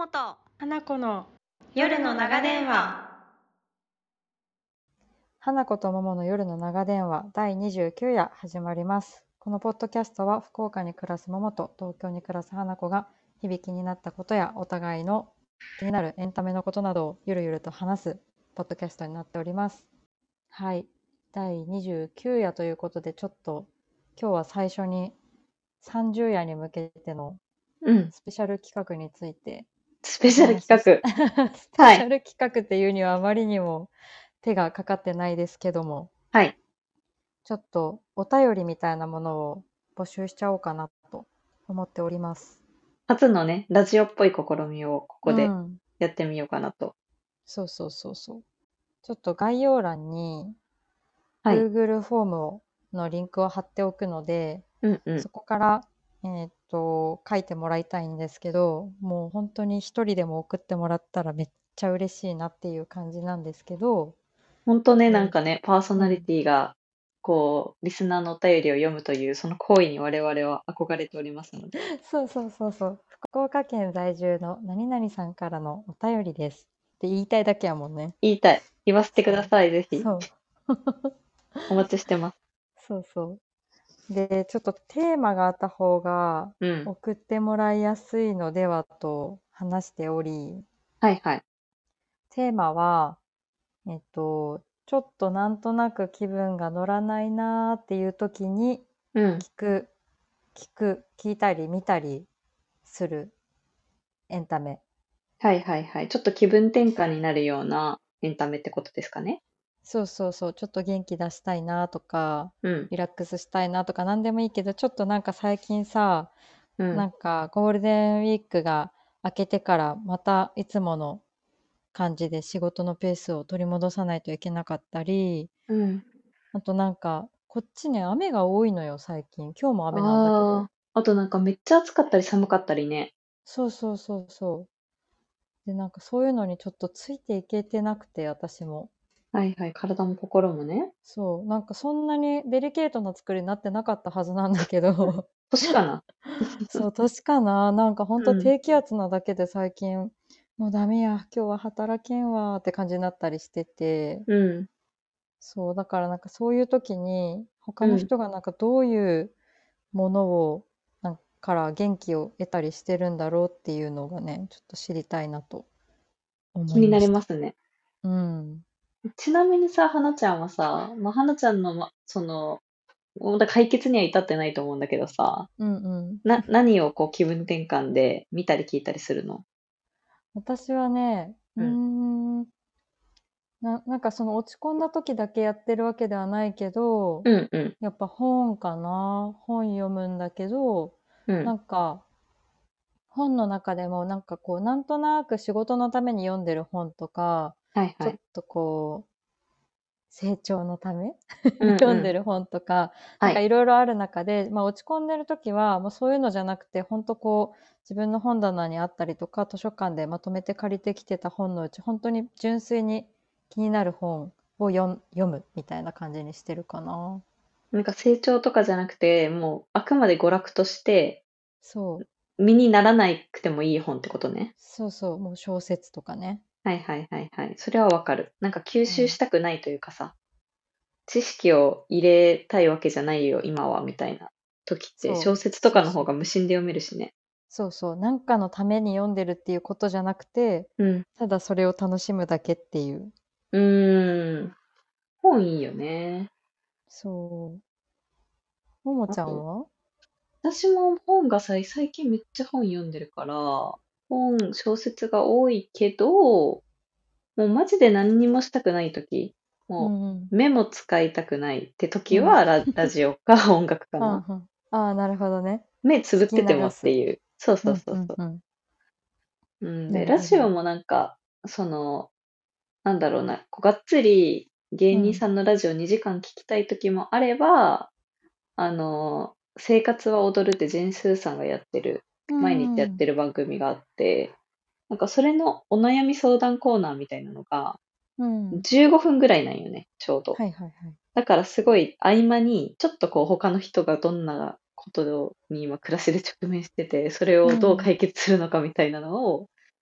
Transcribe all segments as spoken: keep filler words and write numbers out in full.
もと花子の夜の長電話。 花子と桃の夜の長電話だいにじゅうきゅう夜始まります。このポッドキャストは福岡に暮らす桃と東京に暮らす花子が響きになったことやお互いの気になるエンタメのことなどをゆるゆると話すポッドキャストになっております。はい、だいにじゅうきゅう夜ということで、ちょっと今日は最初にさんじゅう夜に向けてのうん。 スペシャル企画についてスペシャル企画。 スペはい。 シャル企画っていうにはあまりにも手がかかってないですけども、 はい。 ちょっとお便りみたいなものを募集しちゃおうかなと思っております。 初のね、ラジオっぽい試みをここでうん。 やってみようかなと。 そうそうそうそう。ちょっと概要欄にはい。 Google フォームをのリンクを貼っておくので、 うんうん。 そこからえーっと書いてもらいたいんですけど、もう本当に一人でも送ってもらったらめっちゃ嬉しいなっていう感じなんですけど、 ほんとね、 えーなんかね、パーソナリうん、 ティが、こう、リスナーのお便りを読むという、その行為に我々は憧れておりますので。 そうそうそうそう。福岡県在住の何々さんからのお便りですって言いたいだけやもんね。 言いたい。言わせてくだそう。 さい、ぜひ。 そう。 お待ちしてます。 そうそう。で、ちょっとテーマがあった方がうん。 送ってもらいやすいのではと話しており、 はいはい。 テーマは、えっと、ちょっとなんとなく気分が乗らないなーっていう時にうん。 聞く、聞く、聞いたり見たりするエンタメ。 はいはいはい。ちょっと気分転換になるようなエンタメってことですかね。 そうそうそう、ちょっと元気出したいなとか、 うん。 リラックスしたいなとか何でもいいけど、ちょっとなんか最近さ、 うん。 なんかゴールデンウィークが明けてからまたいつもの感じで仕事のペースを取り戻さないといけなかったり、 うん。 あとなんかこっちね、雨が多いのよ最近。今日も雨なんだけど。 ああ、あとなんかめっちゃ暑かったり寒かったりね。 そうそうそうそう。で、なんかそういうのにちょっとついていけてなくて、私も。 はいはい、体も心もね。 そう、なんかそんなにデリケートな作りになってなかったはずなんだけど、 年かな。 そう、年かな。なんかほんとうん。 低気圧なだけで最近、もうダメや、今日は働けんわって感じになったりしてて、 うん。 そう、だからなんかそういう時に、他のうん。 人がなんかどういうものを、なんから元気を得たりしてるんだろうっていうのがね、ちょっと知りたいなと思気にないました。 りますね。 うん。 ちなみにさ、花ちゃんはさ、まあ、花ちゃんの、ま、その、まだ解決には至ってないと思うんだけどさ、 うんうん。 な、何をこう気分転換で見たり聞いたりするの？ 私はね、うーうん。 ん、な、なんかその落ち込んだ時だけやってるわけではないけど、 うんうん。 やっぱ本かな。本読むんだけど、 うん。 なんか本の中でもなんかこうなんとなく仕事のために読んでる本とか、 はいはい。 ちょっとこう成長のためうんうん。 読んでる本とか、なんかはい。 いろいろある中で、まあ落ち込んでる時はもうそういうのじゃなくて、本当こう自分の本棚にあったりとか、図書館でまとめて借りてきてた本のうち、本当に純粋に気になる本を読ん読むみたいな感じにしてるかな。 なんか成長とかじゃなくて、もうあくまで娯楽としてそう。 身にならなくてもいい本ってことね。 そうそう。もう小説とかね。 はいはいはいはい。それはわかる。なんか吸収うん。 したくないというかさ、知識を入れたいわけじゃないよ、今は、みたいな時って、 そう。 小説とかの方そうそう。 が無心で読めるしね。 そうそう。なんかのために読んでるっていうことじゃなくて、 うん。 ただそれを楽しむだけっていう。 うーん。本いいよね。 そう。ももちゃんあと、 は？ 私も本がさ、最近めっちゃ本読んでるから、本、小説が多いけど、もうマジで何にもしたくない時、もうんうん。 う目も使いたくないって時うん。 はラ、ラジオか音楽かな。 はんはん。ああ、なるほどね。 目つぶっ聞きてても流す。 っていう。そううんそうそうそう。 うんうん。 うん、で、 なるほど。 ラジオもなんか、その、なんだろうな、こうがっつり芸うん。 人さんのラジオにじかん聞きたい時もあれば、あの、生活は踊るってジェーンスーさんがやってる、 う毎日やっん。 てる番組があって、なんかそれのお悩み相談コーナーみたいなのがうん。 じゅうごふんぐらいなんよね、ちょうど。 はいはいはい。 だからすごい合間に、ちょっとこう他の人がどんなことに今暮らしで直面してて、それをどううん。 解決するのかみたいなのを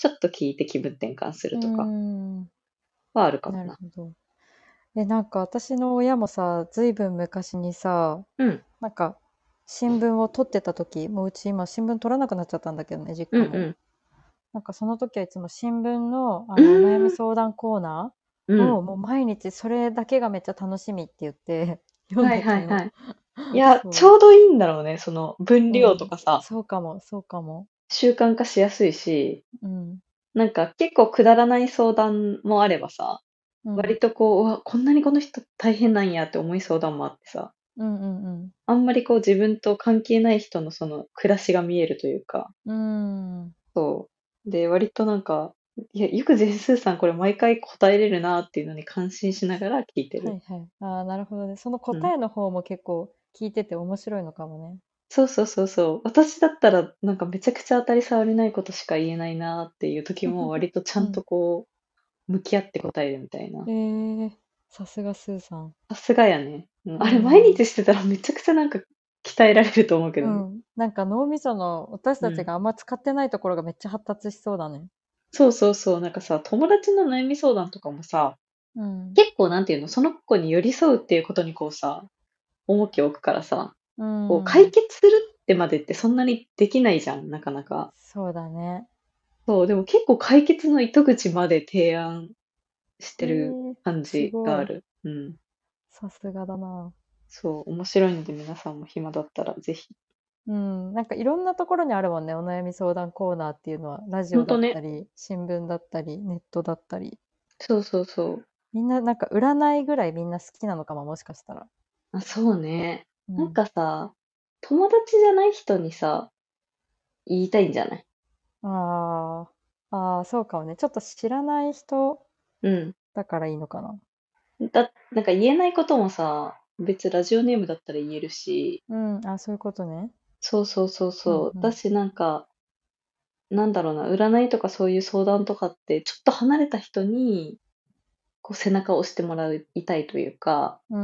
ちょっと聞いて気分転換すうーるとかん。 はあるかもなるな。 ほど。え、なんか私の親もさ、ずいぶん昔にさ、 うん。 なんか新聞を取ってた時、もううち今新聞取らなくなっちゃったんだけどね、実家も。 うんうん。 なんかその時はいつも新聞の、あうのお悩みーん。 相談コーナうん。 ーをもう毎日それだけがめっちゃ楽しみって言って読んはいでたの。 はいはい。いや、ちそょうどいいんだろうね。その分う。う量とん。 かさ、 そうかも、そうかも。 習慣化しやすいし、 うん。 なんか結構くだらない相談もあればさ、 うん。 割とこう、うわ、こんなにこの人大変なんやって思い相談もあってさ、 うんうんうん。 あんまりこう自分と関係ない人のその暮らしが見えるというか、 うーん。 そう。で、割となんか、いや、よくジェンスーさんこれ毎回答えれるなっていうのに感心しながら聞いてる。 はいはい。ああ、なるほどね。そのうん。 答えの方も結構聞いてて面白いのかもね。 そうそうそうそう。私だったらなんかめちゃくちゃ当たり障りないことしか言えないなっていう時も割とちゃんとうん。 こう、向き合って答えるみたいな。 えー、さすがスーさん。 さすがやね。うん、 うあれ毎ん。 日してたらめちゃくちゃなんか鍛えられると思うけどね。 うん。なんか脳みその私うん。 たちがあんま使ってないところがめっちゃ発達しそうだね。 そうそうそう。なんかさ、友達の悩み相談とかもさ、 うん。 結構なんていうの、その子に寄り添うっていうことにこうさ、重きを置くからさ、 うこう解ん。 決するってまでってそんなにできないじゃん、なかなか。 そうだね。 そう、でも結構解決の糸口まで提案してるえー、 感じがすごい。 ある。うん。 さすがだな。 そう、面白いので皆さんも暇だったらぜひ。 うん。なんかいろんなところにあるもんね。お悩み相談コーナーっていうのは。ラジオだほんとね。 ったり、新聞だったり、ネットだったり。 そうそうそう。 みんななんか占いぐらいみんな好きなのかも、もしかしたら。 あ、そうね。なんうん。 かさ、友達じゃない人にさ、言いたいんじゃない？ ああ、ああ、そうかもね。ちょっと知らない人うん。 だからいいのかな。 だ、なんか言えないこともさ、別ラジオネームだったら言えるし、 うん、あ、そういうことね。 そうそうそうそう。 うんうん。 だしなんか、なんだろうな、占いとかそういう相談とかって、ちょっと離れた人に、こう背中を押してもらいたいというか、 うん、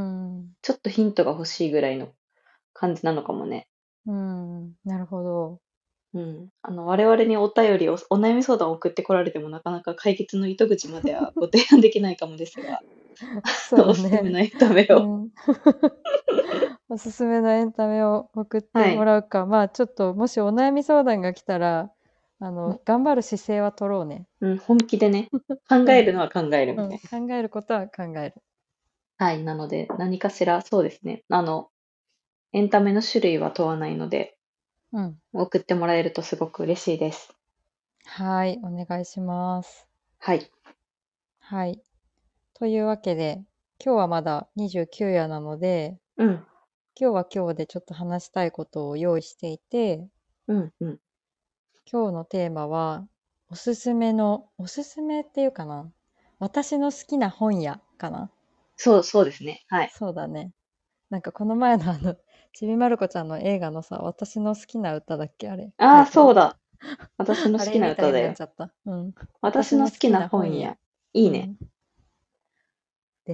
ちょっとヒントが欲しいぐらいの感じなのかもね。 うん、なるほど。 うん。あの、我々にお便りを、お悩み相談を送ってこられてもなかなか解決の糸口まではご提案できないかもですが、 そうおすすめだね。 のエンタメを。 うん。おすすめのエンタメを送ってはい。 もらうか。まあちょっと、もしお悩み相談が来たら、あの、 も頑張る姿勢は取ろうね。 う、うん、本気でね、考うん、 えるのは考えるうん。 みたいな。 考えることは考える。 はい。なので、何かしら、そうですね。あの、エンタメの種類は問わないので、 うん。 送ってもらえるとすごく嬉しいです。 はい、お願いします。 はい。 はい。というわけで、今日はまだにじゅうきゅう夜なので、 うん。 今日は今日でちょっと話したいことを用意していて、 うん、うん。 今日のテーマは、おすすめの、おすすめっていうかな。私の好きな本屋かな。 そう、そうですね。はい。 そうだね。なんかこの前のあの、ちびまる子ちゃんの映画のさ、私の好きな歌だっけあれ、タああ、 イトル。 そうだ。私の好きなあれみたいに歌だよ。 なっちゃった。うん。 私私の好きの好きなな本屋。 本屋。いいね。 うん。です。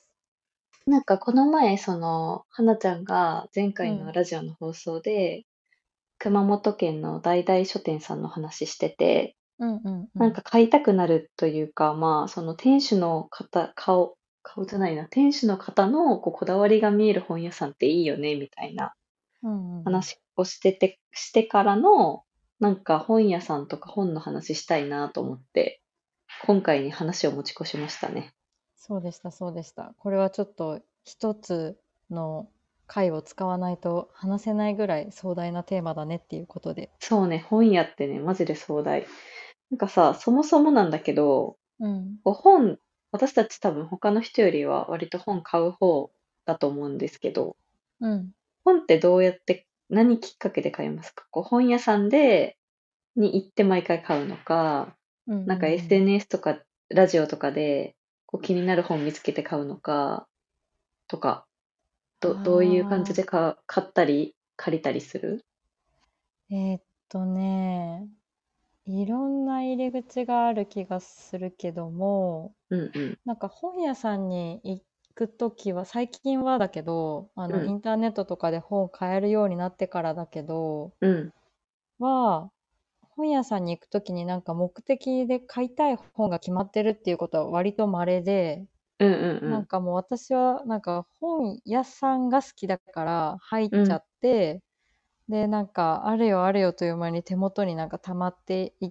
なんかこの前、その、はなちゃんが前回のうん。 ラジオの放送で、熊本県の大々書店さんの話してて、 うんうんうん。 なんか買いたくなるというか、まあ、その店主の方、顔、顔じゃないな、店主の方のこうこだわりが見える本屋さんっていいよね、みたいなうんうんうん。 話をしてて、してからの、なんか本屋さんとか本の話したいなと思って、今回に話を持ち越しましたね。 そうでした、そうでした。これはちょっと一つの回を使わないと話せないぐらい壮大なテーマだねっていうことで。 そうね、本屋ってね、マジで壮大。なんかさ、そもそもなんだけど、 うん。 こう本、私たち多分他の人よりは割と本買う方だと思うんですけど、 うん。 本ってどうやって、何きっかけで買いますか？こう本屋さんで、に行って毎回買うのか、 うんなんかうんうん。 エスエヌエス とかラジオとかでこう気になる本見つけて買うのか、とか、ど、どういう感じああ、 で買買ったり借りたりする？ えーっとね、いろんな入り口がある気がするけども、 うんうん。 なんか本屋さんに行くときは、最近はだけど、あの、イうん。 ンターネットとかで本買えるようになってからだけど、 うん。 は、 本屋さんに行くときになんか目的で買いたい本が決まってるっていうことは割と稀で、 うんうんなんかもう私はなんか本屋さんが好きだから入っうん。うん。 ちゃって、で、なんかあれよあれよという間に手元になんか溜まっていって、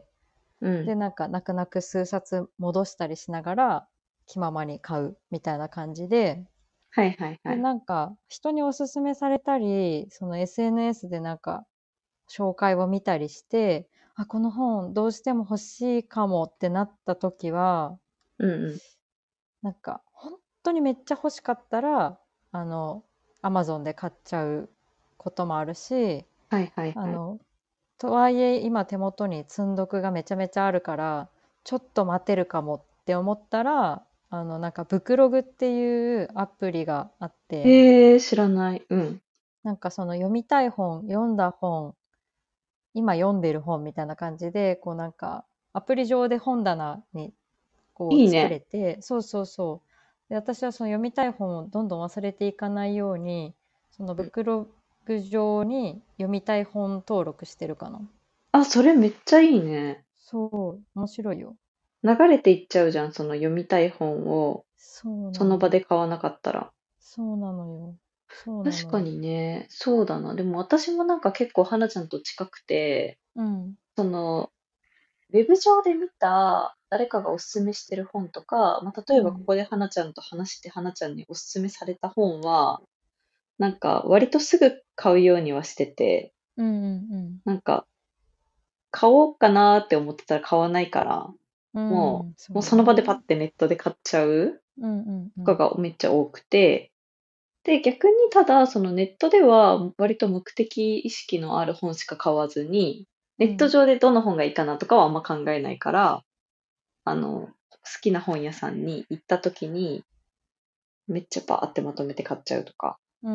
で、 うん。 なんか泣く泣く数冊戻したりしながら気ままに買うみたいな感じで、 はいはいはで、 い。 なんか人におすすめされたり、その エスエヌエス でなんか紹介を見たりして、あ、この本どうしても欲しいかもってなった時は、 うんうん。 なんか本当にめっちゃ欲しかったら、あの、アマゾンで買っちゃうこともあるし、 はいはいはい。 あの、とはいえ今手元に積んどくがめちゃめちゃあるから、ちょっと待てるかもって思ったら、あの、なんかブクログっていうアプリがあって、 へえ、知らない。うん。 なんかその読みたい本、読んだ本、今読んでる本みたいな感じで、こうなんかアプリ上で本棚にこう作いいね。 れて、そうそうそう。で、私はその読みたい本をどんどん忘れていかないように、そのブクログ上に読みたい本登録してるかな。 あ、それめっちゃいいね。 そう、面白いよ。 流れていっちゃうじゃん、その読みたい本を、 そうなその場の。 で買わなかったら。 そうなのよ。そうなのよ。 確かにね、そうだな。でも私もなんか結構花ちゃんと近くて、 うん。 その、ウェブ上で見た誰かがおすすめしてる本とか、まあ、例えばこうん。 こで花ちゃんと話して花ちゃんにおすすめされた本は、なんか割とすぐ買うようにはしてて、 うんうんなんか買おうかなーって思ってたら買わないから、 うん。 もうん、そう、もううだその場でパッね。 てネットで買っちゃううんうんうとかん。 がめっちゃ多くて、で、逆にただ、そのネットでは割と目的意識のある本しか買わずに、ネットうん。 上でどの本がいいかなとかはあんま考えないから、あの、好きな本屋さんに行った時に、めっちゃバーってまとめて買っちゃうとか、 うん、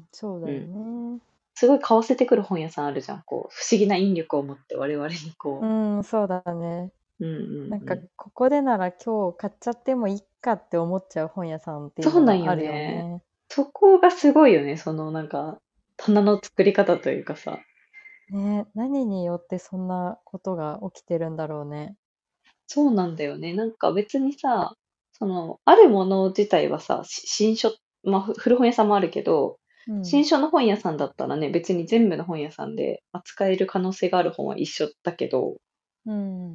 そうだようん。 ね。 すごい買わせてくる本屋さんあるじゃん。こう、不思議な引力を持って我々にこうん、そうだね。 う、うんうんなんか、 うん。 ここでなら今日買っちゃってもいいかって思っちゃう本屋さんっていうのそうなんよがあるよね。 ね。 そこがすごいよね。そのなんか、棚の作り方というかさ。 ね、何によってそんなことが起きてるんだろうね。 そうなんだよね。なんか別にさ、その、あるもの自体はさ、し新書、まあ、ふ古本屋さんもあるけど、 うん。 新書の本屋さんだったらね、別に全部の本屋さんで扱える可能性がある本は一緒だけど、 うん。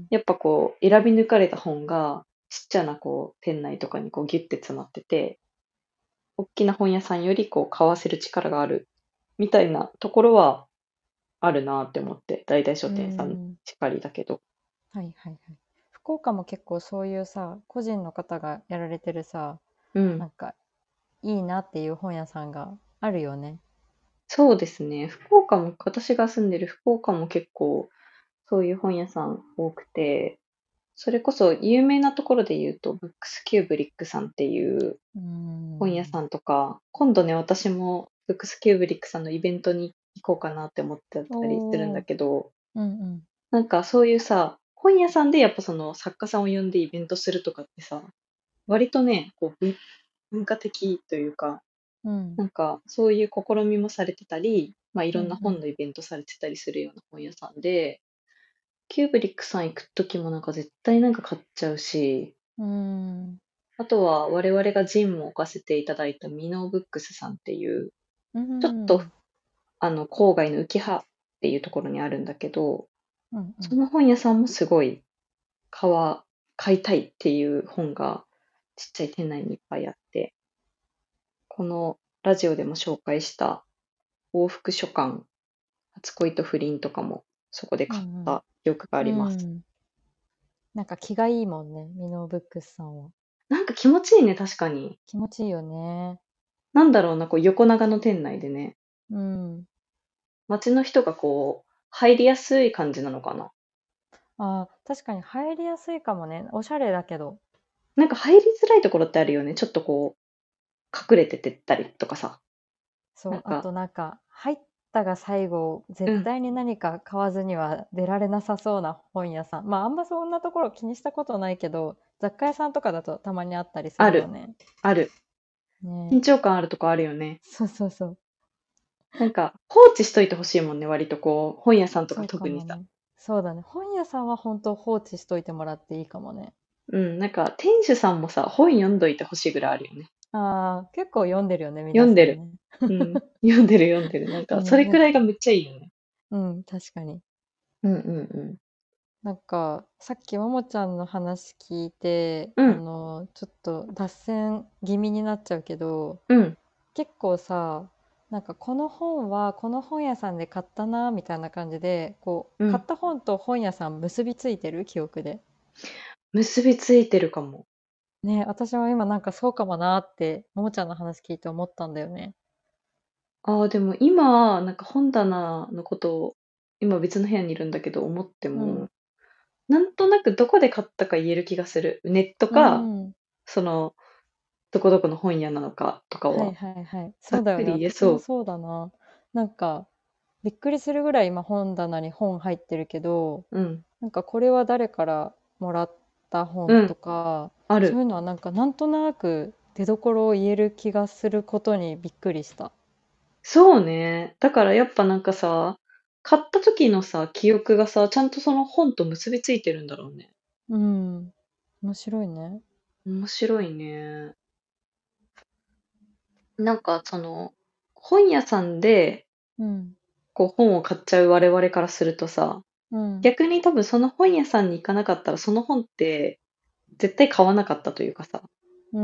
やっぱこう、選び抜かれた本が、ちっちゃなこう、店内とかにこうギュッて詰まってて、大きな本屋さんよりこう、買わせる力がある、みたいなところはあるなって思って、大々書う店さんん。 しかりだけど。 はいはいはい。福岡も結構そういうさ、個人の方がやられてるさ、 うん。 なんかいいなっていう本屋さんがあるよね。 そうですね。福岡も、私が住んでる福岡も結構、そういう本屋さん多くて、それこそ有名なところで言うと、ブックスキューブリックさんっていううーん。 本屋さんとか、今度ね、私もブックスキューブリックさんのイベントに行こうかなって思ってたりするんだおー。 けど、 うんうん。 なんかそういうさ、本屋さんでやっぱその作家さんを呼んでイベントするとかってさ、割とね、こう文文化的というか、 うん。 なんかそういう試みもされてたり、まあいろんなうんうん。 本のイベントされてたりするような本屋さんで、キューブリックさん行くときもなんか絶対なんか買っちゃうし、 うーん。 あとは我々がジンも置かせていただいたミノーブックスさんっていう、 うーちょっとん。 あの郊外の浮葉っていうところにあるんだけど、 うんうん。 その本屋さんもすごい買わ、買いたいっていう本がちっちゃい店内にいっぱいあって、このラジオでも紹介した往復書簡、初恋と不倫とかもそこで買っうんた記憶があうん。 ります。 うん。なんか気がいいもんね、ミノーブックスさんは。 なんか気持ちいいね、確かに。 気持ちいいよね。 なんだろうな、こう横長の店内でね、 うん。 街の人がこう、入りやすい感じなのかな。 ああ、確かに入りやすいかもね。おしゃれだけど。 なんか入りづらいところってあるよね。ちょっとこう、隠れててったりとかさ。 そう、あなんか、 となんか、入ったが最後、絶うん、 対に何か買わずには出られなさそうな本屋さん。まあ、あんまそんなところ気にしたことないけど、雑貨屋さんとかだとたまにあったりすある、 るよね。 ある。緊ねえ。 張感あるとこあるよね。 そうそうそう。 なんか、放置しといてほしいもんね、割とこう、本屋さんとかそうか特にさ。 もね。 そうだね。本屋さんは本当放置しといてもらっていいかもね。 うん、なんか店主さんもさ、本読んどいてほしいぐらいあるよね。 ああ、結構読んでるよね、 読んでる。 皆さんね。 うん。読んでる読んでる。なんか、そうん、 れなんか、 くらいがめっちゃいいよね。 うん、確かに。 うんうんなんか、さっきももちゃんの話聞いて、 うん。うん、 あの、ちょっと脱線気味になっちゃうけど、 うん、 結構さ、なんかこの本はこの本屋さんで買ったなみたいな感じで、こう、 うん。 買った本と本屋さん結びついてる記憶で。 結びついてるかも。 ね、私も今なんかそうかもなって、ももちゃんの話聞いて思ったんだよね。 ああ、でも今、なんか本棚のことを、今別の部屋にいるんだけど思ってうん。 も、なんとなくどこで買ったか言える気がする。ネットうか、 ん。 その、どこどこの本屋なのかとかはいは、 はいはい。 ざっそうだよね。 くり言えそ私もそうだな。なんか、びっくりするぐらい今本棚に本入ってるけど、 う。うん。 なんかこれは誰からもらった本とうん。 か、 ある。 そういうのはなんかなんとなく出どころを言える気がすることにびっくりした。 そうね。だからやっぱなんかさ、買った時のさ、記憶がさ、ちゃんとその本と結びついてるんだろうね。 うん。面白いね。 面白いね。なんかその、本屋さんでうん。 こう本を買っちゃう我々からするとさ、 うん。 逆に多分その本屋さんに行かなかったらその本って絶対買わなかったというかさ、 うん。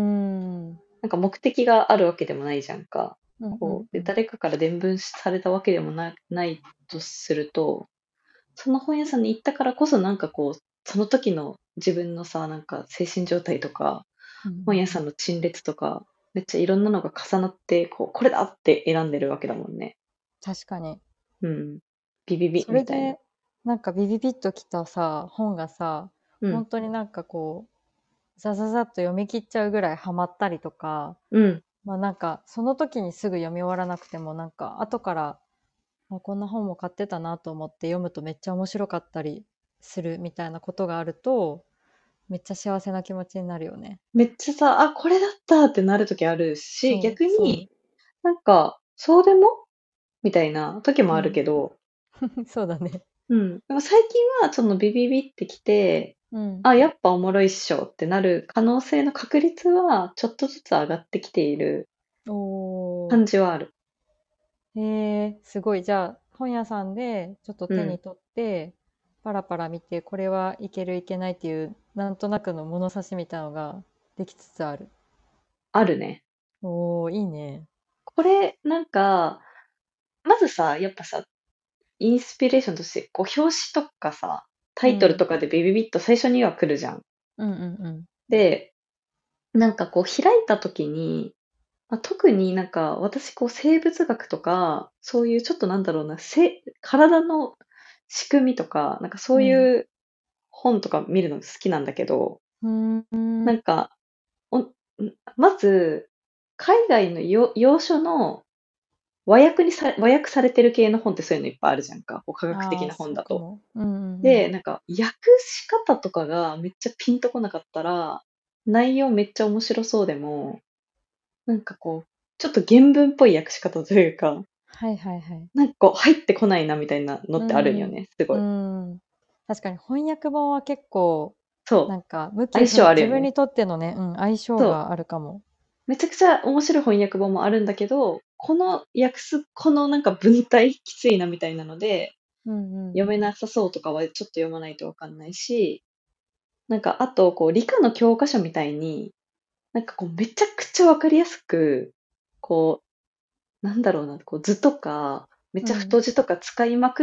うんなんか目的があるわけでもないじゃんか。 うんこう、で、 うん。 誰かから伝聞されたわけでもな、ないとすると、その本屋さんに行ったからこそなんかこう、その時の自分のさ、なんか精神状態とか、 うんうんうん。 本屋さんの陳列とか、めっちゃいろんなのが重なって、こう、これだって選んでるわけだもんね。 確かに。 うん。ビビビみたいな。 それで、なんかビビビッときたさ、本がさ、 うん。 本当になんかこう、ザザザッと読み切っちゃうぐらいハマったりとか、 うん。 まあなんか、その時にすぐ読み終わらなくても、なんか、後から、あ、こんな本も買ってたなと思って読むとめっちゃ面白かったりするみたいなことがあると、めっちゃ幸せな気持ちになるよね。 めっちゃさ、あ、これだったってなる時あるし、 そう、そ逆になんか、そうでもみたいな時もう。 あうん。 るけど、 そうだね。 うん。でも最近はそのビビビってきて、 うん。 あ、やっぱおもろいっしょってなる可能性の確率はちょっとずつ上がってきているおー。 感じはある。 へえ、すごい。じゃあ、本屋さんでちょっとうん。 手に取って、パラパラ見て、これはいけるいけないっていう、なんとなくの物差しみたいなのができつつある。 あるね。 おー、いいね。 これ、なんか、まずさ、やっぱさ、インスピレーションとして、こう、表紙とかさ、タイトルうん。 とかでビビビッと最初には来るじゃん。 うんうんうん。 で、なんかこう、開いた時に、まあ、特になんか、私こう、生物学とか、そういうちょっとなんだろうな、せ、体の仕組みとか、なんかそうん。 ういう本とか見るの好きなんだけど、 うーん。 なんか、おんまず、海外のよ洋書の和訳にさ、和訳されてる系の本ってそういうのいっぱいあるじゃんか。こう科学的ああ、 な本だと。 そうかも。うんうんうで、 ん。 なんか、訳し方とかがめっちゃピンとこなかったら、内容めっちゃ面白そうでも、なんかこう、ちょっと原文っぽい訳し方というか、 はいはいはい。 なんかこう、入ってこないなみたいなのうってあるんよん。 ね、すごうい。 ん。確かに翻訳本は結構、 そう。 なんか、向き相性不、 あるよね。 自分にとってのね、うん、相性そう。 があるかも。 めちゃくちゃ面白い翻訳本もあるんだけど、この訳す、このなんか文体きついなみたいなので、 うんうん。 読めなさそうとかはちょっと読まないとわかんないし、なんかあと、こう、理科の教科書みたいに、なんかこう、めちゃくちゃわかりやすく、こう、なんだろうな、こう図とか、めっちゃうん。 太字とか使いまくって、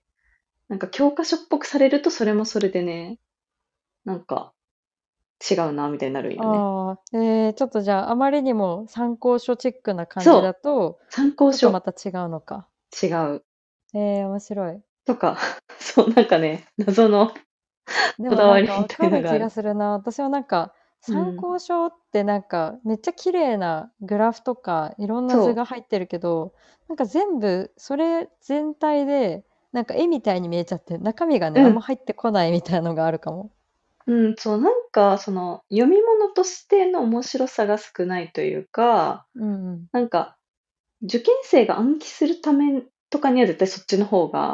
なんか教科書っぽくされるとそれもそれでね、なんか違うな、みたいになるんよね。 ああ、えー、ちょっとじゃあ、あまりにも参考書チックな感じそう、 だと、 参考ちょっとま書、 た違うのか。 違う。 えー、面白い。 とか、そう、なんかね、謎のでこもなんかだわりみたわかる気いなのがある。 がするな。私はなんか、参うん。 考書ってなんか、めっちゃ綺麗なグラフとか、いろんな図そが入ってるけど、なんか全部、それ全体で、なんか絵みたいに見えちゃって、中身がね、 う。うん。 あんま入ってこないみたいなのがあるかも。 うん、そう、なんか、その、読み物としての面白さが少ないというか、 うんうん。 なんか、受験生が暗記するためとかには絶対そっちの方が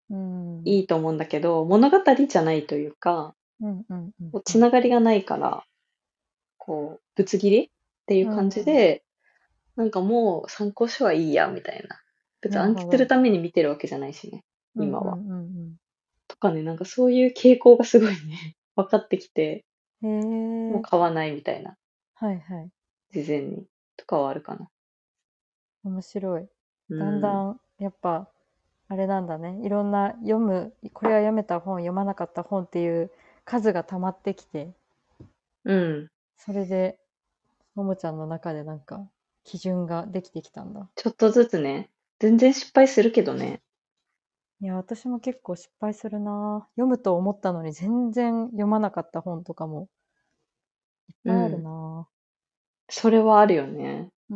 うん。 いいと思うんだけど、物語じゃないというか、 うんうんうんこううん。 つながりがないから、こう、ぶつ切りっていう感じうんうで、なんかもう参考書はいいや、みたいな。 ん。 別に暗記するなるほど。 ために見てるわけじゃないしね、 うんう今は。 んとかね、なんかそういう傾向がすごいね、分かってきて、 うん。へえ。 もう買わないみたいな、 はいはい。 事前に。とかはあるかな。 面白い。 うだんん。 だん、やっぱ、あれなんだね。いろんな読む、これは読めた本、読まなかった本っていう数が溜まってきて、 うん。 それで、ももちゃんの中でなんか、基準ができてきたんだ。 ちょっとずつね、全然失敗するけどね。 いや、私も結構失敗するな。読むと思ったのに全然読まなかった本とかもいっぱいあるうん。 な。 それはあるよね。 うん。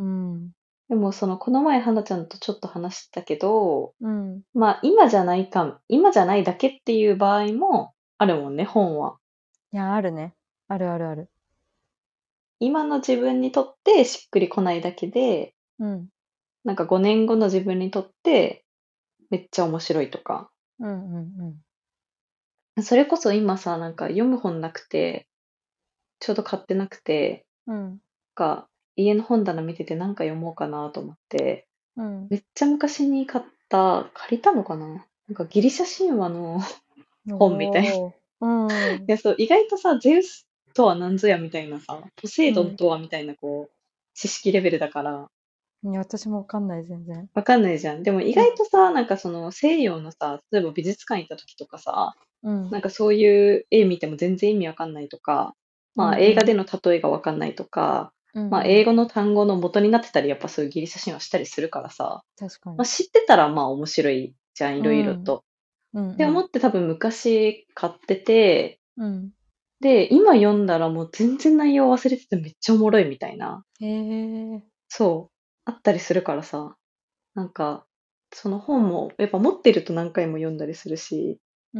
でもその、この前花ちゃんとちょっと話したけど、 うん。 まあ今じゃないか、今じゃないだけっていう場合もあるもんね、本は。 いや、あるね。あるあるある。 今の自分にとってしっくりこないだけで、 うん。 なんかごねんごの自分にとってめっちゃ面白いとか。 うんうんうん。 それこそ今さ、なんか読む本なくて、ちょうど買ってなくて、 うん。 なんか家の本棚見ててなんか読もうかなと思って、 うん。 めっちゃ昔に買った、借りたのかな、なんかギリシャ神話の本みたいな。いおー。うん。 や、そう、意外とさ、ゼウスとは何ぞやみたいなさ、ポセイドンうん。 とはみたいなこう、知識レベルだから、 いや、私もわかんない、全然。 わかんないじゃん。でも意うん。 外とさ、なんかその西洋のさ、例えば美術館行った時とかさ、 うん。 なんかそういう絵見ても全然意味わかんないとか、まあ映画うんうん。 での例えがわかんないとか、まあうんうん。 英語の単語の元になってたり、やっぱそういうギリシャ神話したりするからさ、 確かに。 まあ知ってたらまあ面白いじゃん、いろいろうん。 と。 うんって思うん。 って多分昔買ってて、 うん。 で、今読んだらもう全然内容忘れててめっちゃおもろいみたいな、 へえ。 そう、あったりするからさ、なんか、その本もやっぱ持ってると何回も読んだりするし、 うん。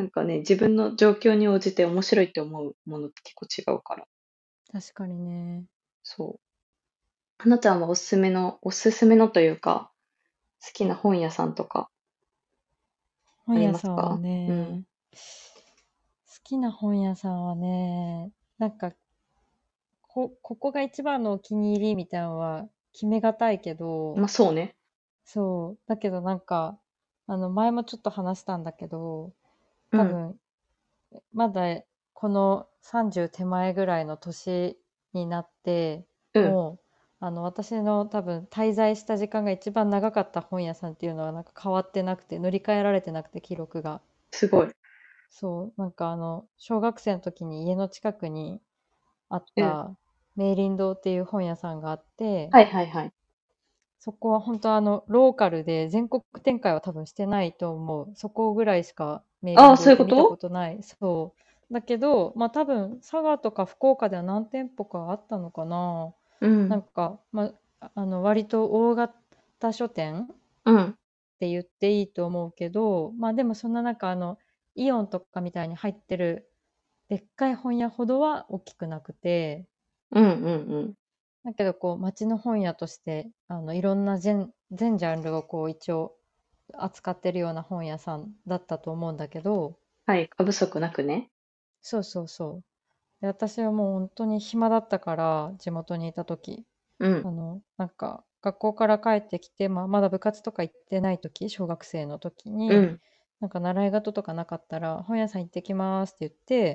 なんかね、自分の状況に応じて面白いって思うものって結構違うから。 確かにね。 そう。はなちゃんはおすすめの、おすすめのというか、好きな本屋さんとかあり本屋さんはますか？うん。 ね、好きな本屋さんはね、なんか、こ、ここが一番のお気に入りみたいなのは決めがたいけど、 まあそうね。 そう。だけどなんか、あの、前もちょっと話したんだけど、 うん。 多分、まだこのさんじゅう手前ぐらいの年になって、 うん。 もう、あの、私の多分滞在した時間が一番長かった本屋さんっていうのはなんか変わってなくて、塗り替えられてなくて、記録が。 すごい。 そう、なんかあの、小学生の時に家の近くにあっうん。 た明林堂っていう本屋さんがあって、 はいはいはい。 そこは本当あの、ローカルで全国展開は多分してないと思う。そこぐらいしか明ああ、 林堂って見たこそういうこと？ とない。そう。だけど、まあ多分、佐賀とか福岡では何店舗かあったのかな。 うん。 なんか、まあ、あの、割と大型書店っうん。 て言っていいと思うけど、まあでもそんな中、あの、イオンとかみたいに入ってるでっかい本屋ほどは大きくなくて、 うんうんうん。 だけどこう街の本屋としてあのいろんな全全ジャンルをこう一応扱ってるような本屋さんだったと思うんだけど、 はい、過不足なくね。 そうそうそう。で、私はもう本当に暇だったから地元にいた時、 うん。 あのなんか学校から帰ってきて、まあ、まだ部活とか行ってない時、小学生の時にうん。 なんか習い事とかなかったら本屋さん行ってきますって言って、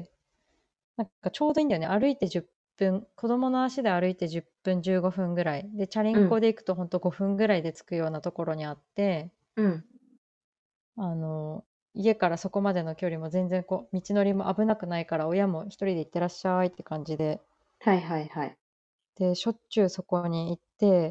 なんかちょうどいいんだよね。歩いてじゅっぷん、子供の足で歩いてじゅっぷん、じゅうごふんぐらい。で、チャリうん。 ンコで行くとほんとごふんぐらいで着くようなところにあって、 うん。 あの、家からそこまでの距離も全然こう、道のりも危なくないから、親も一人で行ってらっしゃいって感じで、 はいはいはい。 で、しょっちゅうそこに行って、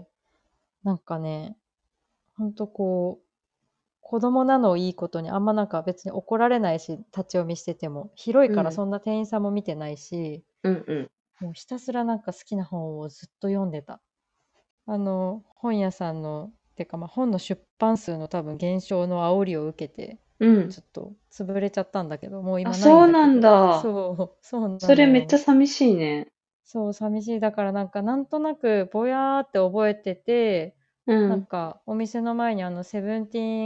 なんかね、ほんとこう、子供なのをいいことにあんまなんか別に怒られないし、立ち読みしてても。広いうん。 からそんな店員さんも見てないし、 うんうん。 もうひたすらなんか好きな本をずっと読んでた。あの、本屋さんの、てかまあ本の出版数の多分減少の煽りを受けて、 うん。 ちょっと潰れちゃったんだけど、もうあ、 今ないんそうなんだけど、 だ。 そう、そうなそれめっちゃのよ。 寂しいね。 そう、寂しい。だからなんかなんとなくぼやーって覚えてて、なんうん。 かお店の前にあのセブンティーン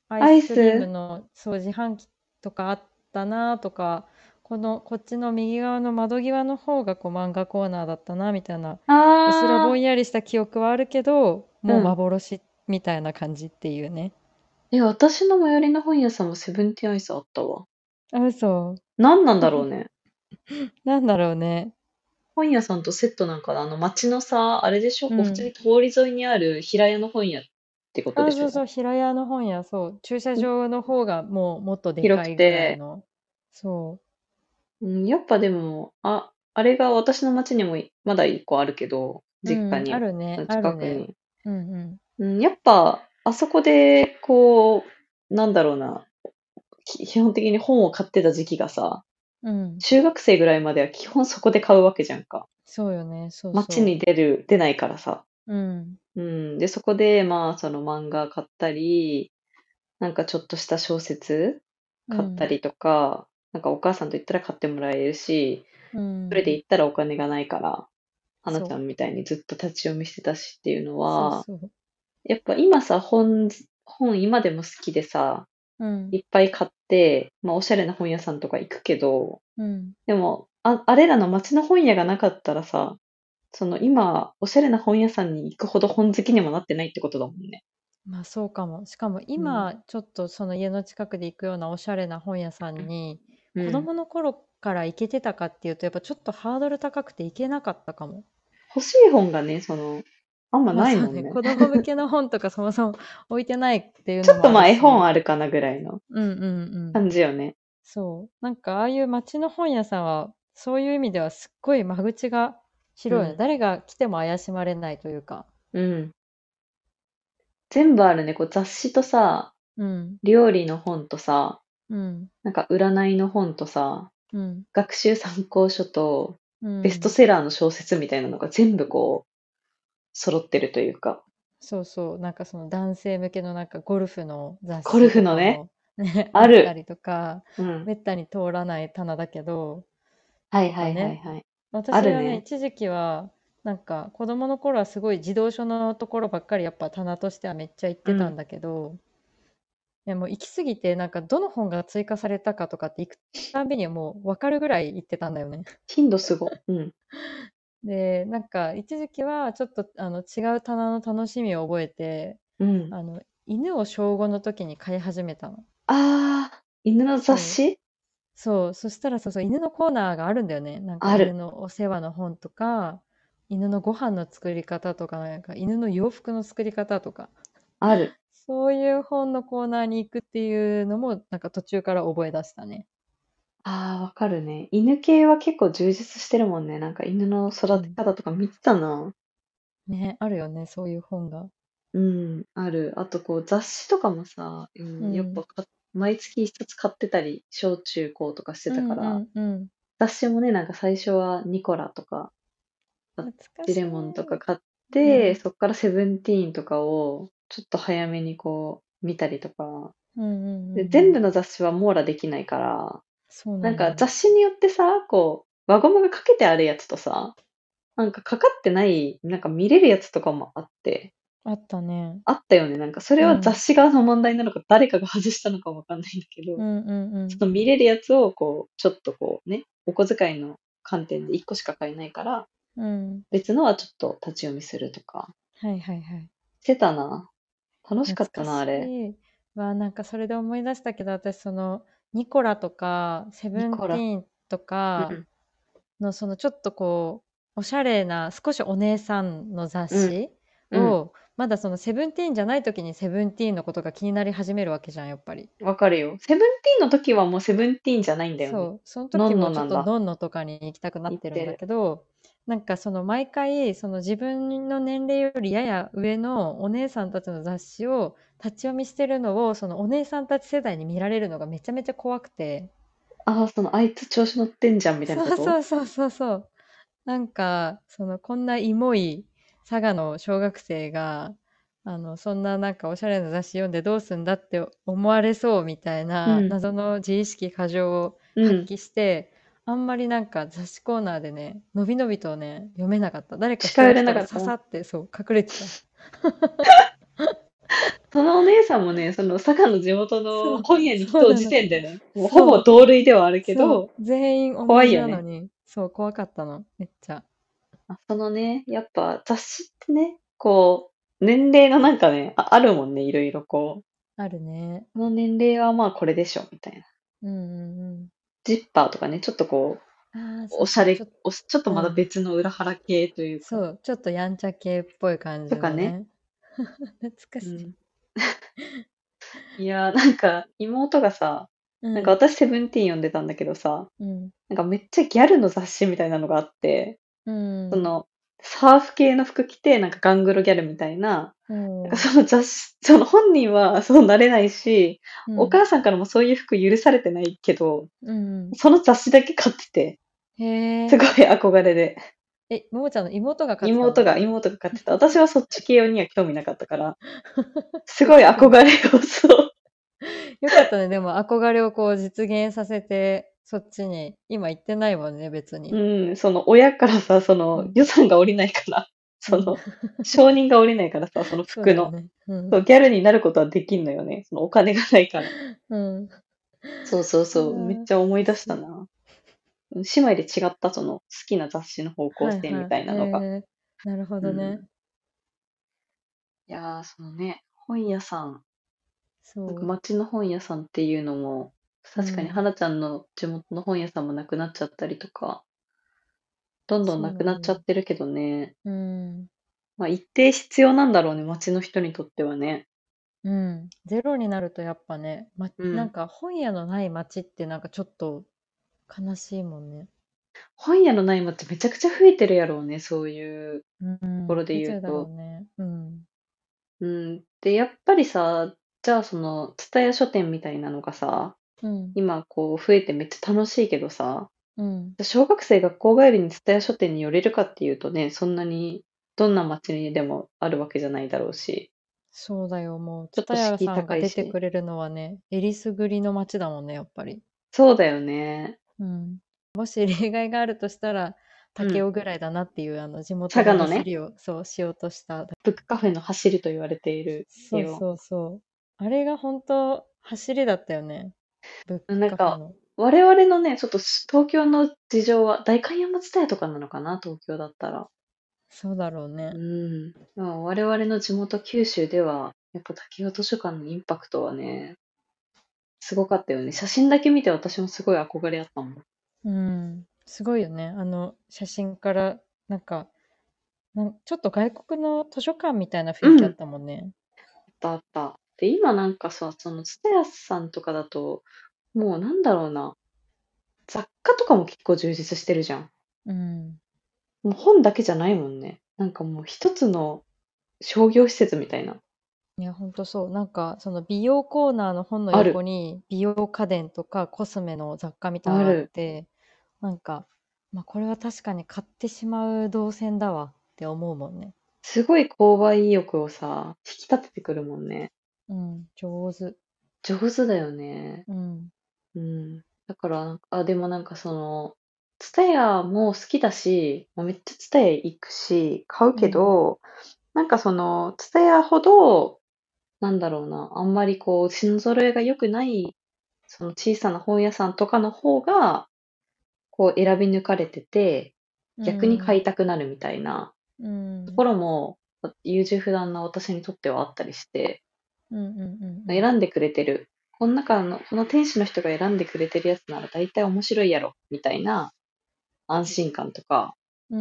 アイアイスクリームスのそう自販機とかあったなとか、このこっちの右側の窓際の方がこう漫画コーナーだったなみたいな、うっすらぼんあやりした記憶はあるけど、 ー、 もううん。 幻みたいな感じっていうね。 え、私の最寄りの本屋さんもセブンティーンアイスあったわ。 あ、嘘。 何なんだろうね。 なんだろうね。 本屋さんとセットなんかな。あの街のさ、あれでしょ、こう普通うん。 に通り沿いにある平屋の本屋ってことであ、 しょ。 そうそう、平屋の本屋、そう。駐車場の方がもうもっとで広くかいぐらいて、 の。そうん、やっぱでも、あ、あれが私の町にもいまだ一個あるけど、 う。うんうん、あ実家に、 るね、あるね。 近くに。 うんうん。 うん、やっぱ、あそこで、こう、なんだろうな、き基本的に本を買ってた時期がさ、 うん。 中学生ぐらいまでは基本そこで買うわけじゃんか。 そうよね、そう街にそ出る、出ないからさ。 う。うん。 うん。で、そこで、まあ、その漫画買ったり、なんかちょっとした小説うん。 買ったりとか、なんかお母さんと言ったら買ってもらえるし、 うそれでん。 行ったらお金がないから、花ちゃそんみたいにずっと立ち読みしてたしっていうのう。そうは、 そう。 やっぱ今さ、本、本今でも好きでさ、 うん。 いっぱい買って、まあおしゃれな本屋さんとか行くけど、 うん。 でも、あ、あれらの街の本屋がなかったらさ、その今、おしゃれな本屋さんに行くほど本好きにもなってないってことだもんね。 まあそうかも。しかもうん。 今、ちょっとその家の近くで行くようなおしゃれな本屋さんに、 うん。 子供の頃から行けてたかっていうと、やっぱちょっとハードル高くて行けなかったかも。 欲しい本がね、その、あんままあそうね、 ないもんね。 子供向けの本とかそもそも置いてないっていうちょっとのもあまあ絵本るし。 あるかなぐらいのうんうんうん。 感じよね。 そう。なんかああいう街の本屋さんは、そういう意味ではすっごい間口が広いよね。 うん。 誰が来ても怪しまれないというか。 うん。全部あるね。こう雑誌とさ、 うん。 料理の本とさ、 うん。 なんか占いの本とさ、 うん。 学習参考書と、ベストうん。 セラーの小説みたいなのが全部こう、揃ってるというか。 そうそう。なんかその男性向けのなんかゴルフの雑ゴル誌とフのね、 かもね、あある。 ったりとか、 うん。 めったに通らない棚だけど、 はいはいはいとかね。 はい。あ私はね、 るね。 一時期は、なんか子供の頃はすごい児童書のところばっかりやっぱ棚としてはめっちゃ行っうん。 てたんだけど、でも行き過ぎてなんかどの本が追加されたかとかって行くたんびにもう分かるぐらい行ってたんだよね。 頻度すご。うん。 で、なんか一時期はちょっとあの違う棚の楽しみを覚えて、 うん。 あの、犬を小ごの時に飼い始めたの。 ああ、犬の雑そう。 誌そう。そしたらさ、そう、犬のコーナーがあるんだよね。なんかある。 犬のお世話の本とか、犬のご飯の作り方とか、なんか犬の洋服の作り方とか、 ある。 そういう本のコーナーに行くっていうのも、なんか途中から覚え出したね。 ああ、わかるね。犬系は結構充実してるもんね。なんか犬の育てうん。 方とか見てたな。 ね、あるよね、そういう本が。 うん、ある。あとこう雑誌とかもさ、うん、やっうん。 ぱか毎月一冊買ってたり、小中高とかしてうんうたから、 んうん。 雑誌もね、なんか最初はニコラとか、タッ懐かしい。 チレモンとか買っうて、 ん。 そっからセブンティーンとかをちょっと早めにこう見たりとか、 うんうんうんで、 うん。 全部の雑誌は網羅できないから、 そうななんのよ。 か雑誌によってさ、こう、輪ゴムがかけてあるやつとさ、なんかかかってない、なんか見れるやつとかもあって、 あったね。 あったよね。なんかそれは雑うん。 誌側の問題なのか、誰かが外したのかわかんないんだけど、 うんうんうん。 その見れるやつをこう、ちょっとこうね、お小遣いの観点でいっこしか買えないから、 うん。 別のはちょっと立ち読みするとか、 はいはいはい。 してたな。楽しかったな、あ懐かしれ。 い。わ、なんかそれで思い出したけど、私その、ニコラとか、セブンティニコラ。 ーンとかうん。 のそのちょっとこう、おしゃれな、少しお姉さんの雑うん。 誌うん。 を、まだそのセブンティーンじゃない時にセブンティーンのことが気になり始めるわけじゃん、やっぱり。 わかるよ。セブンティーンの時はもうセブンティーンじゃないんだよね。 そう、そのノン時もちょっノなんだ。 とノンノとかに行きたくなってるんだ言ってる。 けど、なんかその毎回、その自分の年齢よりやや上のお姉さんたちの雑誌を立ち読みしてるのを、そのお姉さんたち世代に見られるのがめちゃめちゃ怖くて。 ああ、その、あいつ調子乗ってんじゃんみたいなこそうとそうそうそうそう。なんか、そのこんなイモい佐賀の小学生が、あの、そんななんかおしゃれな雑誌読んでどうすんだって思われそうみたいうん。 な謎の自意識過剰をうん。 発揮して、あんまりなんか雑誌コーナーでね、のびのびとね、読めなかった。誰か近寄れ人が来たらなかった。 ささってそう隠れてた。 そのお姉さんもね、その佐賀の地元のそう、 本屋に来とう時そうなの。 点でね、もうほぼそう、 同類ではあるけそう。 ど、 全員同じ怖いよね。 なのに、そう、怖かったの。めっちゃ。 あそのね、やっぱ雑誌ってね、こう、年齢のなんかね、あ、あるもんね、いろいろこう。 あるね。 この年齢はまあこれでしょ、みたいな。 うんうんうん。 ジッパーとかね、ちょっとこう、 ああ、そうそう、ちおしゃれ、 ょっと、 おしちょっとまたうん。 別の裏腹系というか、 そう、ちょっとやんちゃ系っぽい感じとかね。 のね。懐かしい。 うん。いやー、なんか、妹がさ、なんかうん、 私セブンティーン読んでたんだけどさ、 うん、 なんかめっちゃギャルの雑誌みたいなのがあって、 うん、 その、サーフ系の服着て、なんかガングロギャルみたいな、 うなんかん、 その雑誌、その本人はそうなれないし、 うん、 お母さんからもそういう服許されてないけど、 うん。 その雑誌だけ買ってて、 へえ。 すごい憧れで。 え、ももちゃんの妹が買ってたの？ 妹が、妹が買ってた。私はそっち系には興味なかったから、すごい憧れを、そう。 よかったね。でも憧れをこう実現させて、そっちに、今行ってないもんね、別に。 うん、その親からさ、そのうん、 予算が下りないから、 うん。 その承認が下りないからさ、その服の。 そうだよね。うん、 そう、ギャルになることはできんのよね。そのお金がないから。 うん。 そうそうあそう。めっーちゃ思い出し懐かしい。 たな。うん姉妹で違ったその好きな雑誌の方向性みはいはい。へたいなのが。 え、なるほどね。 うん。いやー、そのね、本屋さん、なんかそ街の本屋さんっていうのも、 う。う確かにん。 花ちゃんの地元の本屋さんもなくなっちゃったりとか、どんどんそなくなっちゃうなのよ。 ってるけどね。 うん。 まあ一定必要なんだろうね、街の人にとってはね。 うん。ゼロになるとやっぱね、ま、 うん。 なんか本屋のない街ってなんかちょっと悲しいもんね。 本屋のない街めちゃくちゃ増えてるやろうね、そういううん。 ところで増えちゃうだろう言うと。 ね。うん。 うん。で、やっぱりさ、じゃあその、蔦屋書店みたいなのがさ、 うん。 今こう増えてめっちゃ楽しいけどさ、 うん。 小学生学校帰りに蔦屋書店に寄れるかっていうとね、そんなにどんな街にでもあるわけじゃないだろうし、 そうだよ。もう、 ちょっ蔦屋と敷居さんが出て高いし。 くれるのはね、えりすぐりの街だもんね、やっぱり。 そうだよね。 うん。もし例外があるとしたら、 うん。 竹雄ぐらいだなっていう、あの、地元のディ佐賀のね、 スりを、そう、しようとしたブックカフェの走りと言われているそう家を。 そうそう。あれが本当走りだったよね。ブックなんか、 カフェの。 我々のね、ちょっと東京の事情は、代官山蔦屋とかなのかな、東京だったら。 そうだろうね。 うん。まあ我々の地元九州では、やっぱ滝川図書館のインパクトはね、すごかったよね。写真だけ見て私もすごい憧れあったもん。 うん。すごいよね。あの写真から、なんか、なんちょっと外国の図書館みたいな雰囲気あっうん。 たもんね。 あったあった。で、今なんかさ、その、蔦屋さんとかだと、もうなんだろうな、雑貨とかも結構充実してるじゃん。 うん。 もう本だけじゃないもんね。なんかもう一つの商業施設みたいな。 いや、ほんとそう。なんか、その美容コーナーの本のある。 横に美容家電とかコスメの雑貨みたいなのあっある。 て、なんか、まあこれは確かに買ってしまう動線だわって思うもんね。 すごい購買意欲をさ、引き立ててくるもんね。 うん、上手。 上手だよね。 うん、 うん。だから、あ、でもなんかその、ツタヤも好きだし、まあめっちゃツタヤ行くし、買うけうん、 ど、なんかその、ツタヤほど、なんだろうな、あんまりこう、品揃えが良くない、その小さな本屋さんとかの方が、こう選び抜かれてて、 う逆に買ん、 いたくなるみたいなうん、 ところも、優柔不断な私にとってはあったりして、 うん、うん、うん、 選んでくれてる。この中の、この店主の人が選んでくれてるやつなら大体面白いやろ、みたいな安心感とか、 うん、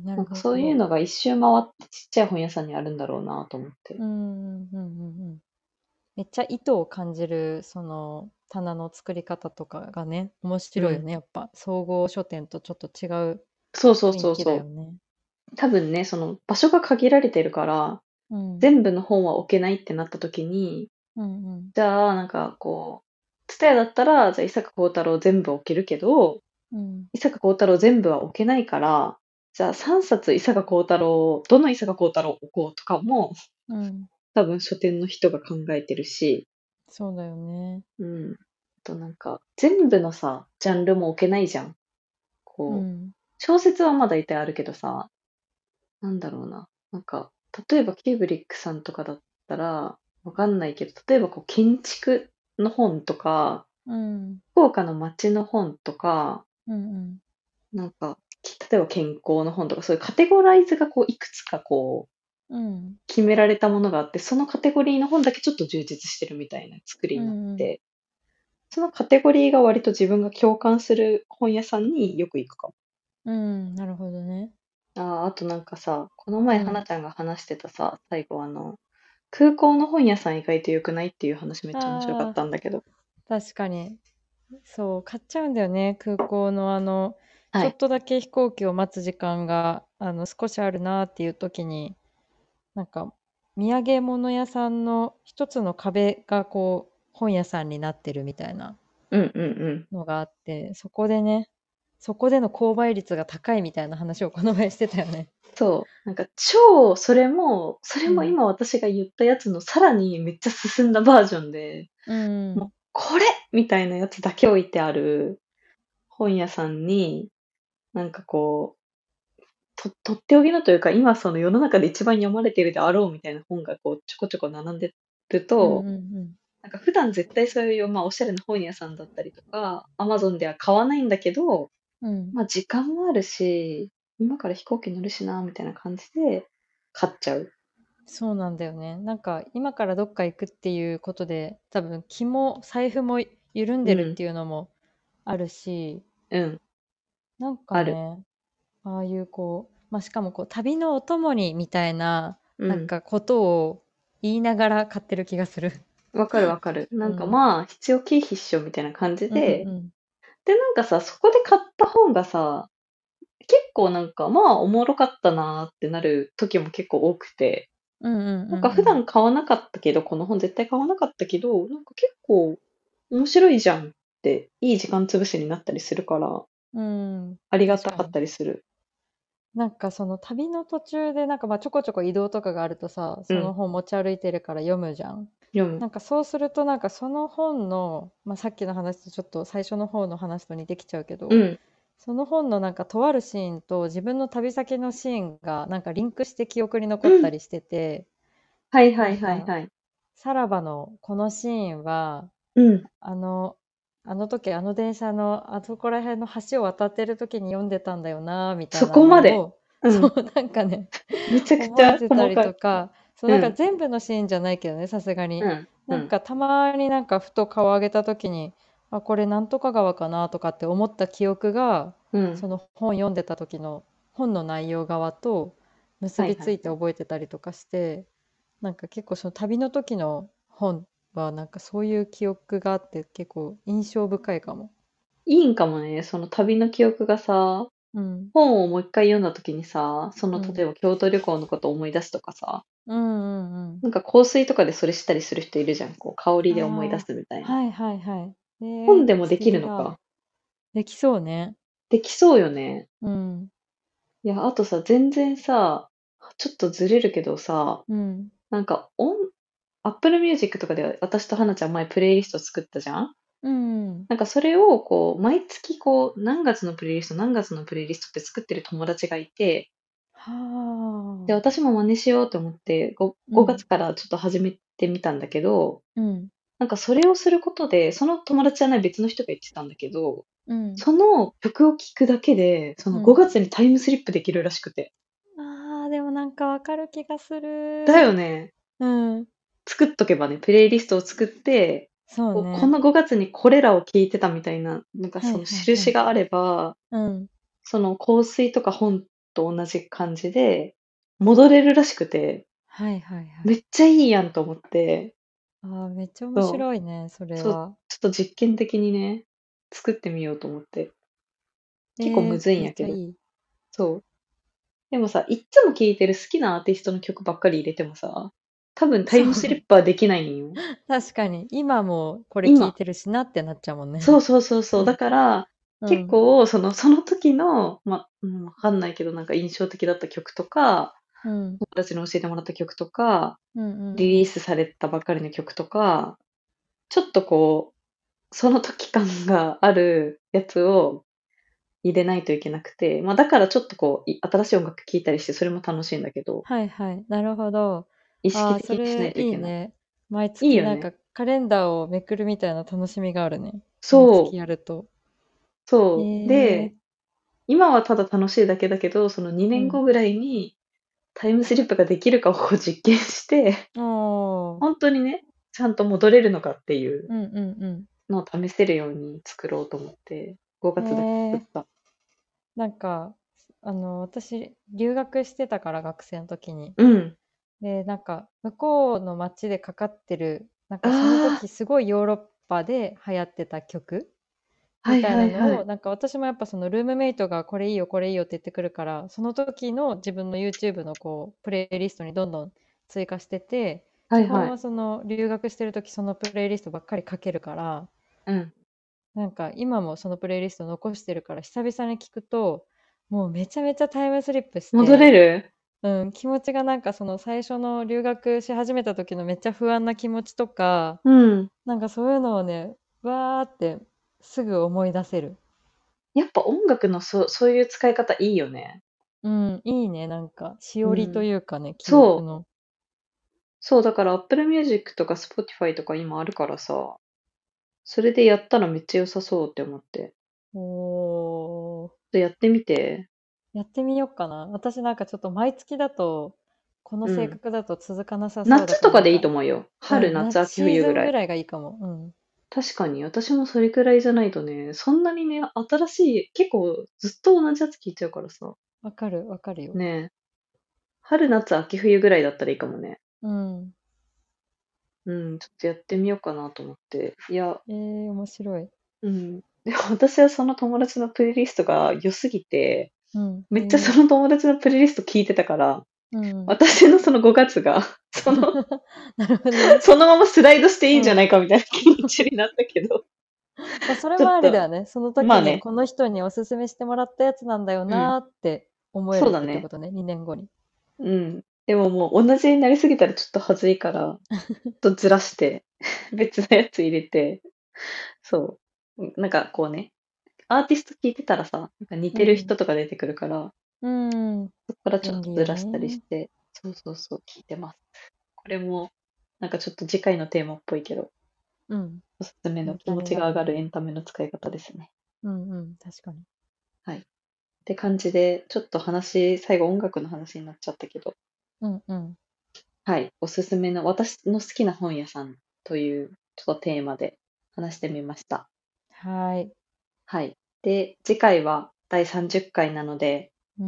なるなんかそういうほど。 のが一周回ってちっちゃい本屋さんにあるんだろうなと思って。 うん、うん、うん、うん。めっちゃ意図を感じる、その、棚の作り方とかがね、面うん。 白いよね、やっぱ。総合書店とちょっと違うそうそう雰囲そうそ気だよね。 う。多分ね、その場所が限られてるから、 うん、 全部の本は置けないってなった時に、 うん、うん、 じゃあ、なんかこう、ツタヤだったら、じゃあ伊坂幸太郎全部置けるけど、 うん、 伊坂幸太郎全部は置けないから、じゃあさんさつ伊坂幸太郎、どの伊坂幸太郎を置こうとかも、 うん。 多分書店の人が考えてるし、 そうだよね。 うん。あとなんか、全部のさ、ジャンルも置けないじゃん。こう、 うん、 小説はまだいてあるけどさ、なんだろうな。なんか、例えばキューブリックさんとかだったら、 わかんないけど、例えばこう建築の本とか、 うん。 福岡の街の本とか、 うんうん。 なんか、例えば健康の本とか、そういうカテゴライズがこういくつかこううん。 決められたものがあって、そのカテゴリーの本だけちょっと充実してるみたいな作りうになっんうん。 て、そのカテゴリーが割と自分が共感する本屋さんによく行くかも。 うん、なるほどね。 ああ、あとなんかさ、この前うん。 花ちゃんが話してたさ、最後あの、空港の本屋さん意外と良くないっていう話めっちゃ面白かっああ、 たんだけど。 確かに。そう、買っちゃうんだよね。空港のあの、 はい。 ちょっとだけ飛行機を待つ時間が、あの、少しあるなっていう時に、なんか、土産物屋さんの一つの壁がこう、本屋さんになってるみたいなうんうんうん。 のがあって、そこでね、そこでの購買率が高いみたいな話をこの前してたよね。 そう。なんか超、それも、それうん。 も今私が言ったやつのさらにめっちゃ進んだバージョンで、 うん。 もう、これみたいなやつだけ置いてある本屋さんに、なんかこう、と、とっておきのというか、今その世の中で一番読まれているであろうみたいな本がこう、ちょこちょこ並んでると、 うんうんなんか普段絶対そういう、まあおしゃれな本屋さんだったりとか、アマゾンでは買わないんだけど、 うん。うん。 まあ時間もあるし、今から飛行機乗るしな、みたいな感じで買っちゃう。 そうなんだよね。なんか今からどっか行くっていうことで、多分気も財布も緩んうん、 でるっていうのもあるし、 うん、 なんかある。 ね、ああいうこう、まあ、しかもこう旅のお供にみたいな、なんうん。 かことを言いながら買ってる気がする。 わかるわかる。なんかうん。 まあ、必要経費っしょみたいな感じうんで、 うん。 で、なんかさ、そこで買った本がさ、結構なんか、まあ、おもろかったなーってなる時も結構多くて、 うんうんうなんか普んうん。 段買わなかったけど、この本絶対買わなかったけど、なんか結構面白いじゃんって、いい時間潰しになったりするから、 うん、 ありがたかっ確かに。 たりする。 なんかその旅の途中でなんかまあちょこちょこ移動とかがあるとさ、 うん。 その本持ち歩いてるから読むじゃん。 読む。 なんかそうするとなんかその本の、まあ、さっきの話とちょっと最初の方の話と似てきちゃうけど、 うん。 その本のなんかとあるシーンと自分の旅先のシーンがなんかリンクして記憶に残うん。 ったりしてて、 はいはいはいなんかはい。 さらばのこのシーンはうん。 あの、あの時あの電車のあそこら辺の橋を渡ってる時に読んでたんだよなみたいそなこまで。 のを、 うん。 そうなんかね、 めちゃくちゃ覚えてたり細かい。 とか、そうなんかうん。 全部のシーンじゃないけどね、さすがに。 うん。うん。 なんかたまになんかふと顔を上げた時に、あ、これなんとか川かなとかって思った記憶が、 うん。 その本読んでた時の本の内容側と結はいびついてはいはい。 覚えてたりとかして、なんか結構その旅の時の本はなんかそういう記憶があって結構印象深いかも。 いいんかもね、その旅の記憶がさ、 うん。 本をもう一回読んだ時にさ、そのうん。 例えば京都旅行のことを思い出すとかさ、 うんうんうん。 なんか香水とかでそれしたりする人いるじゃん。こう香りで思い出ああ、 すみたいな。 はいはいはい。えー、素本でもできる敵だ。 のか。 できそうね。 できそうよね。 うん。 いや、あとさ、全然さ、ちょっとずれるけどさ、 うん。 なんか音、Apple Music とかで私と花ちゃん前プレイリスト作ったじゃん。 うん。 なんかそれをこう、毎月こう、何月のプレイリスト、何月のプレイリストって作ってる友達がいて、 はで、 あ。 私も真似しようと思って、ごうん。 ごがつからちょっと始めてみたんだけど、 うん。 なんかそれをすることで、その友達じゃない別の人が言ってたんだけど、 うん。 その曲を聴くだけで、そのうん。 ごがつにタイムスリップできるらしくて。 ああ、でもなんかわかる気がすだる。 よね。 うん。 作っとけばね、プレイリストを作って、こうこそうね。 のごがつにこれらを聴いてたみたいな、なんかはいそのはいはい。 印があれば、 うん。 その香水とか本と同じ感じで、戻れるらしくて、 はいはいはい。 めっちゃいいやんと思って、 ああ、めっちゃ面そう、 白いね、それそう、 は。 ちょっと実験的にね、作ってみようと思って。 え結構むー、めずいんやけど。 っちゃいい。 そう。でもさ、いっつも聴いてる好きなアーティストの曲ばっかり入れてもさ、多分タイムスリそう。 ップはできないんよ。 確かに。今もこれ聞い今。 てるしなってなっちゃうもんね。 そうそうそうそう。だから、 うん。 結構、その、その時の、ま、うん、わかんないけど、なんか印象的だった曲とか、 うん。 友達に教えてもらった曲とか、 うんうんうん。 リリースされたばっかりの曲とか、ちょっとこう、その時感があるやつを入れないといけなくて、まあだからちょっとこう、い新しい音楽聴いたりして、それも楽しいんだけど、 はいはい。なるほど。 意識ああ、 的にしなそれいといけない。 いいね。 毎いいよね。 月なんかカレンダーをめくるみたいな楽しみがあるね。毎月そう、 やると。へそう。 え、 で、今はただ楽しいだけだけど、その2 うん。 年後ぐらいにタイムスリップができるかを実験して、 おー、 本当にね、ちゃんと戻れるのかっていううんうんのを試せるように作ろうと思って、5 うん。 月だけへえ、 作った。 なんか、あの、私、留学してたから、学生の時に。 うん。 で、なんか、向こうの街でかかってる、なんかそのあ時すごいヨーロッパで流行ってた曲あ、はいみたいはいはい。 なのを、なんか私もやっぱそのルームメイトがこれいいよ、これいいよって言ってくるから、その時の自分の YouTube のこう、プレイリストにどんどん追加してて、基本はいはい。 はその留学してる時そのプレイリストばっかりかけるから、 うん。 なんか今もそのプレイリスト残してるから久々に聞くと、もうめちゃめちゃタイムスリップし戻れて、 る。 うん、気持ちがなんかその最初の留学し始めた時のめっちゃ不安な気持ちとか、 うん。 なんかそういうのをね、わーってすぐ思い出せる。 やっぱ音楽のそそういう使い方いいよね。 うん、いいね、なんか、しおりとうん。 いうかね、記憶そう。 の。 そう、だから Apple Music とか Spotify とか今あるからさ、それでやったらめっちゃ良さそうって思って。 おー、 でやってみて。 やってみようかな。私なんかちょっと毎月だと、この性うん。 格だと続かなさそうだ夏とかでいいからなんか、 と思うよ。春、 うん、な、 夏、秋、 シー冬ぐらい。 ズンぐらいがいいかも。うん。 確かに、私もそれくらいじゃないとね、そんなにね、新しい、結構ずっと同じやつ聞いちゃうからさ。 わかる、わかるよ。 ねえ。春、夏、秋、冬ぐらいだったらいいかもね。 うん。 うん、ちょっとやってみようかなと思って。いや、 えー、面白い。 うん。でも私はその友達のプレイリストが良すぎて、 うん。えめっちゃー、 その友達のプレイリスト聞いてたから、 うん。 私のそのごがつが、その、 なるほどね。 そのままスライドしていいんじゃなうん。 いかみたいな気持ちになったけど、 まあ、それもちょっと、 ありだよね。その時まあね、 にこの人におすすめしてもらったやつなんだようん、 なーって思えるそうだね。 ってことね。にねんごに。 うん。でももう同じになりすぎたらちょっと恥ずいから、ちょっとずらして、別のやつ入れて、そう。うんなんかこうね、アーティスト聞いてたらさ、なんか似てるうん。 人とか出てくるから、 うん。 そこからちょっと便利よずらしたりしね。 て、そうそうそう、聞いてます。これも、なんかちょっと次回のテーマっぽいけど、 うん。 おすすめの気ネタに持ちが上がるなるね。 エンタメの使い方ですね。 うんうん。確かに。 はい。って感じで、ちょっと話、最後音楽の話になっちゃったけど、 うんうん。 はい。おすすめの、私の好きな本屋さんという、ちょっとテーマで話してみました。 はい。 はい。で、次回はだいさんじゅっかいなので、 うん。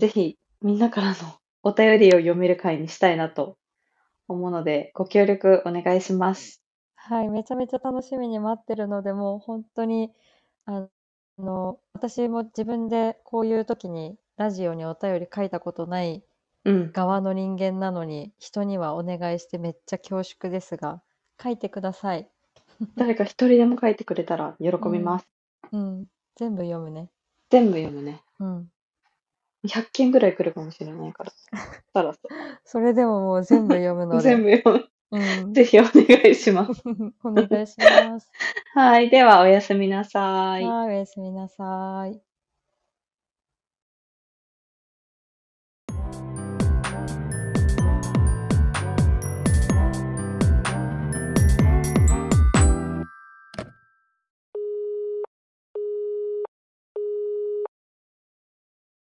ぜひみんなからのお便りを読める回にしたいなと思うので、ご協力お願いします。 はい。めちゃめちゃ楽しみに待ってるので、もう本当に、あの、私も自分でこういう時にラジオにお便り書いたことないうん。 側の人間なのに、人にはお願いしてめっちゃ恐縮ですが、書いてください。 誰か一人でも書いてくれたら喜うん。 びます。 うん。全部読むね。 全部読むね。 うん。 ひゃっけんぐらい来るかもしれないから。たらさ。 それでももう全部読むので、 全部読む。 うん。 ぜひお願いします。 お願いします。 はい。では、おやすみなさい。 はい、おやすみなさい。